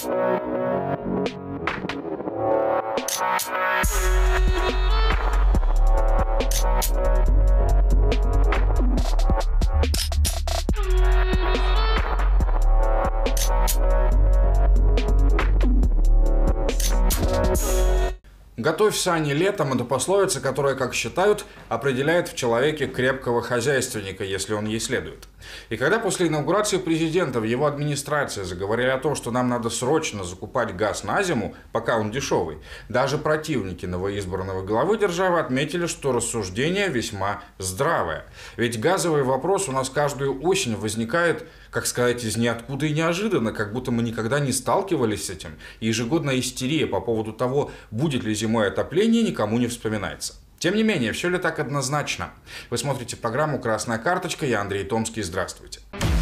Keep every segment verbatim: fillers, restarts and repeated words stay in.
«Готовь сани летом» — это пословица, которая, как считают, определяет в человеке крепкого хозяйственника, если он ей следует. И когда после инаугурации президента в его администрации заговорили о том, что нам надо срочно закупать газ на зиму, пока он дешевый, даже противники новоизбранного главы державы отметили, что рассуждение весьма здравое. Ведь газовый вопрос у нас каждую осень возникает, как сказать, из ниоткуда и неожиданно, как будто мы никогда не сталкивались с этим. И ежегодная истерия по поводу того, будет ли зимой отопление, никому не вспоминается. Тем не менее, все ли так однозначно? Вы смотрите программу «Красная карточка», я Андрей Томский, здравствуйте.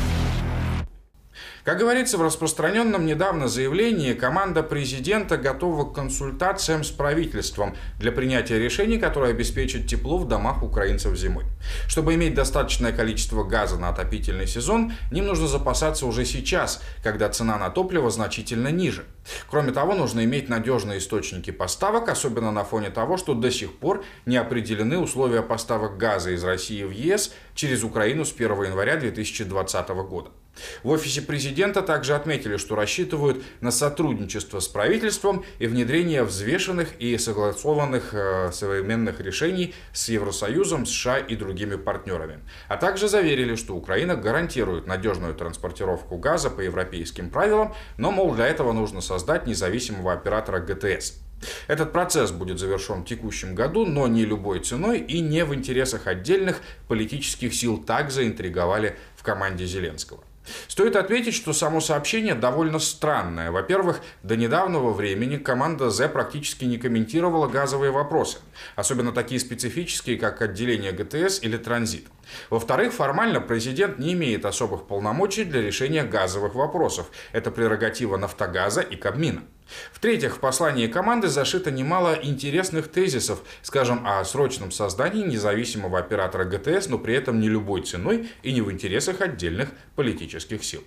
Как говорится в распространенном недавно заявлении, команда президента готова к консультациям с правительством для принятия решений, которые обеспечат тепло в домах украинцев зимой. Чтобы иметь достаточное количество газа на отопительный сезон, ним нужно запасаться уже сейчас, когда цена на топливо значительно ниже. Кроме того, нужно иметь надежные источники поставок, особенно на фоне того, что до сих пор не определены условия поставок газа из России в ЕС через Украину с первого января две тысячи двадцатого года. В офисе президента также отметили, что рассчитывают на сотрудничество с правительством и внедрение взвешенных и согласованных э, современных решений с Евросоюзом, США и другими партнерами. А также заверили, что Украина гарантирует надежную транспортировку газа по европейским правилам, но, мол, для этого нужно создать независимого оператора ГТС. Этот процесс будет завершен в текущем году, но не любой ценой и не в интересах отдельных политических сил, так заинтриговали в команде Зеленского. Стоит отметить, что само сообщение довольно странное. Во-первых, до недавнего времени команда Зе практически не комментировала газовые вопросы, особенно такие специфические, как отделение ГТС или транзит. Во-вторых, формально президент не имеет особых полномочий для решения газовых вопросов. Это прерогатива Нафтогаза и Кабмина. В-третьих, в послании команды зашито немало интересных тезисов, скажем, о срочном создании независимого оператора ГТС, но при этом не любой ценой и не в интересах отдельных политических сил.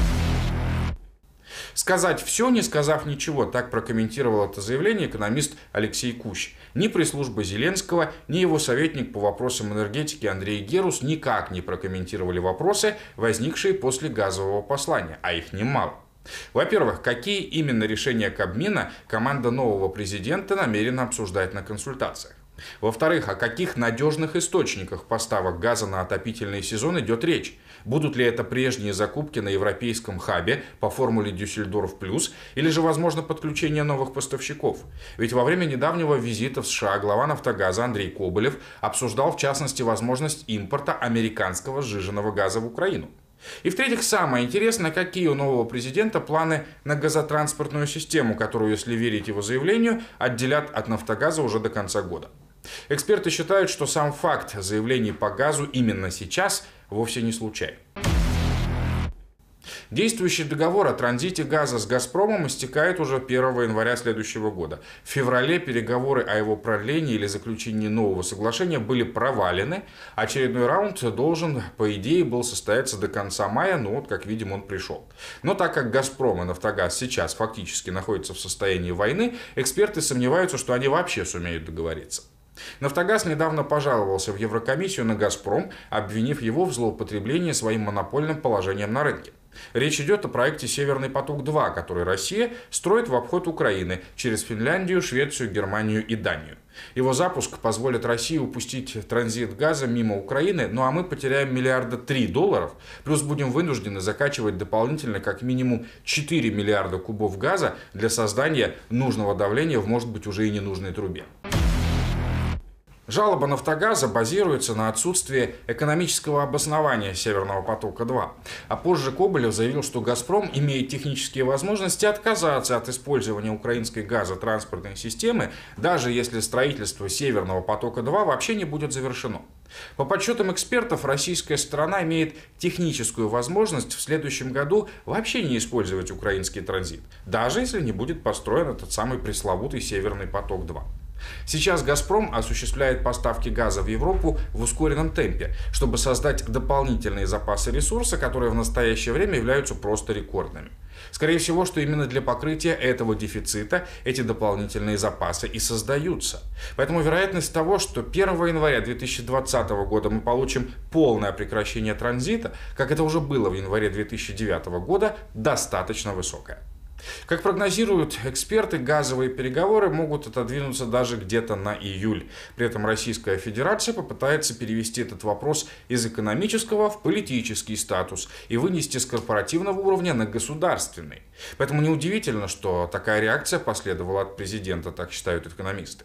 Сказать все, не сказав ничего, так прокомментировал это заявление экономист Алексей Кущ. Ни пресс-служба Зеленского, ни его советник по вопросам энергетики Андрей Герус никак не прокомментировали вопросы, возникшие после газового послания, а их немало. Во-первых, какие именно решения Кабмина команда нового президента намерена обсуждать на консультациях? Во-вторых, о каких надежных источниках поставок газа на отопительный сезон идет речь? Будут ли это прежние закупки на европейском хабе по формуле Дюссельдорф плюс, или же возможно подключение новых поставщиков? Ведь во время недавнего визита в США глава Нафтогаза Андрей Коболев обсуждал в частности возможность импорта американского сжиженного газа в Украину. И в-третьих, самое интересное, какие у нового президента планы на газотранспортную систему, которую, если верить его заявлению, отделят от Нафтогаза уже до конца года. Эксперты считают, что сам факт заявлений по газу именно сейчас вовсе не случайен. Действующий договор о транзите газа с «Газпромом» истекает уже первого января следующего года. В феврале переговоры о его продлении или заключении нового соглашения были провалены. Очередной раунд должен, по идее, был состояться до конца мая, но вот, как видим, он пришел. Но так как «Газпром» и «Нафтогаз» сейчас фактически находятся в состоянии войны, эксперты сомневаются, что они вообще сумеют договориться. «Нафтогаз» недавно пожаловался в Еврокомиссию на «Газпром», обвинив его в злоупотреблении своим монопольным положением на рынке. Речь идет о проекте «Северный поток-два», который Россия строит в обход Украины через Финляндию, Швецию, Германию и Данию. Его запуск позволит России упустить транзит газа мимо Украины, ну а мы потеряем миллиарда три долларов, плюс будем вынуждены закачивать дополнительно как минимум четыре миллиарда кубов газа для создания нужного давления в, может быть, уже и ненужной трубе. Жалоба «Нафтогаза» базируется на отсутствии экономического обоснования «Северного потока-два». А позже Коболев заявил, что «Газпром» имеет технические возможности отказаться от использования украинской газотранспортной системы, даже если строительство «Северного потока-два» вообще не будет завершено. По подсчетам экспертов, российская сторона имеет техническую возможность в следующем году вообще не использовать украинский транзит, даже если не будет построен этот самый пресловутый «Северный поток-два». Сейчас «Газпром» осуществляет поставки газа в Европу в ускоренном темпе, чтобы создать дополнительные запасы ресурса, которые в настоящее время являются просто рекордными. Скорее всего, что именно для покрытия этого дефицита эти дополнительные запасы и создаются. Поэтому вероятность того, что первого января две тысячи двадцатого года мы получим полное прекращение транзита, как это уже было в январе две тысячи девятого года, достаточно высокая. Как прогнозируют эксперты, газовые переговоры могут отодвинуться даже где-то на июль. При этом Российская Федерация попытается перевести этот вопрос из экономического в политический статус и вынести с корпоративного уровня на государственный. Поэтому неудивительно, что такая реакция последовала от президента, так считают экономисты.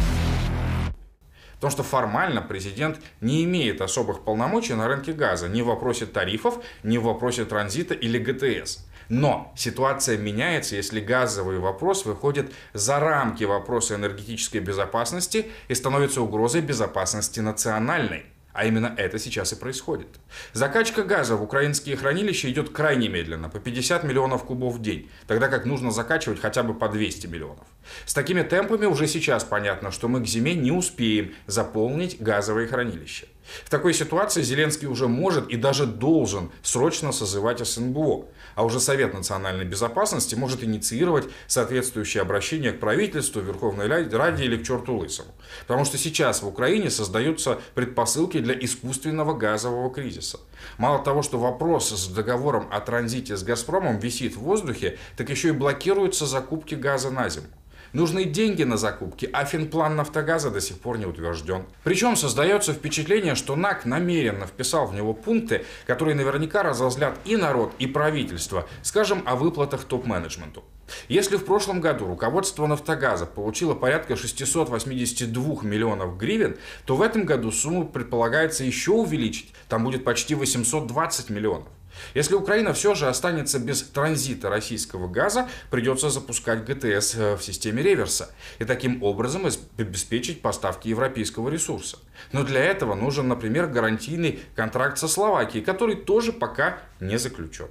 Потому что формально президент не имеет особых полномочий на рынке газа ни в вопросе тарифов, ни в вопросе транзита или ГТС. Но ситуация меняется, если газовый вопрос выходит за рамки вопроса энергетической безопасности и становится угрозой безопасности национальной. А именно это сейчас и происходит. Закачка газа в украинские хранилища идет крайне медленно, по пятьдесят миллионов кубов в день, тогда как нужно закачивать хотя бы по двести миллионов. С такими темпами уже сейчас понятно, что мы к зиме не успеем заполнить газовые хранилища. В такой ситуации Зеленский уже может и даже должен срочно созывать СНБО, а уже Совет национальной безопасности может инициировать соответствующее обращение к правительству, Верховной Раде или к черту лысому. Потому что сейчас в Украине создаются предпосылки для искусственного газового кризиса. Мало того, что вопрос с договором о транзите с «Газпромом» висит в воздухе, так еще и блокируются закупки газа на зиму. Нужны деньги на закупки, а финплан «Нафтогаза» до сих пор не утвержден. Причем создается впечатление, что НАК намеренно вписал в него пункты, которые наверняка разозлят и народ, и правительство, скажем, о выплатах топ-менеджменту. Если в прошлом году руководство «Нафтогаза» получило порядка шестьсот восемьдесят два миллионов гривен, то в этом году сумму предполагается еще увеличить, там будет почти восемьсот двадцать миллионов. Если Украина все же останется без транзита российского газа, придется запускать ГТС в системе реверса и таким образом обеспечить поставки европейского ресурса. Но для этого нужен, например, гарантийный контракт со Словакией, который тоже пока не заключен.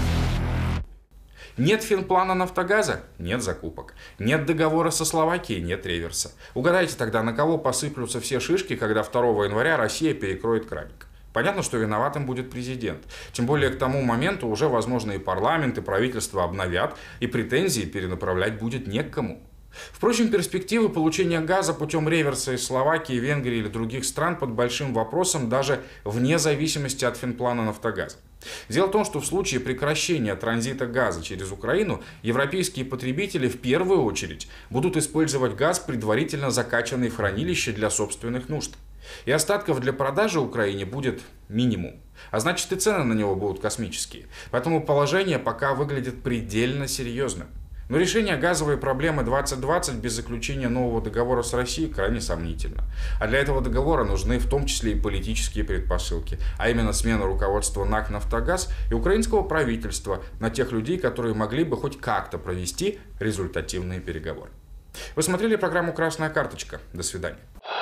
Нет финплана «Нафтогаза» – нет закупок. Нет договора со Словакией – нет реверса. Угадайте тогда, на кого посыплются все шишки, когда второго января Россия перекроет краник. Понятно, что виноватым будет президент. Тем более к тому моменту уже, возможно, и парламент, и правительство обновят, и претензии перенаправлять будет не к кому. Впрочем, перспективы получения газа путем реверса из Словакии, Венгрии или других стран под большим вопросом даже вне зависимости от финплана «Нафтогаза». Дело в том, что в случае прекращения транзита газа через Украину европейские потребители в первую очередь будут использовать газ, предварительно закачанный в хранилище для собственных нужд. И остатков для продажи Украине будет минимум. А значит, и цены на него будут космические. Поэтому положение пока выглядит предельно серьезным. Но решение газовой проблемы двадцать двадцать без заключения нового договора с Россией крайне сомнительно. А для этого договора нужны в том числе и политические предпосылки, а именно смена руководства НАК «Нафтогаз» и украинского правительства на тех людей, которые могли бы хоть как-то провести результативные переговоры. Вы смотрели программу «Красная карточка». До свидания.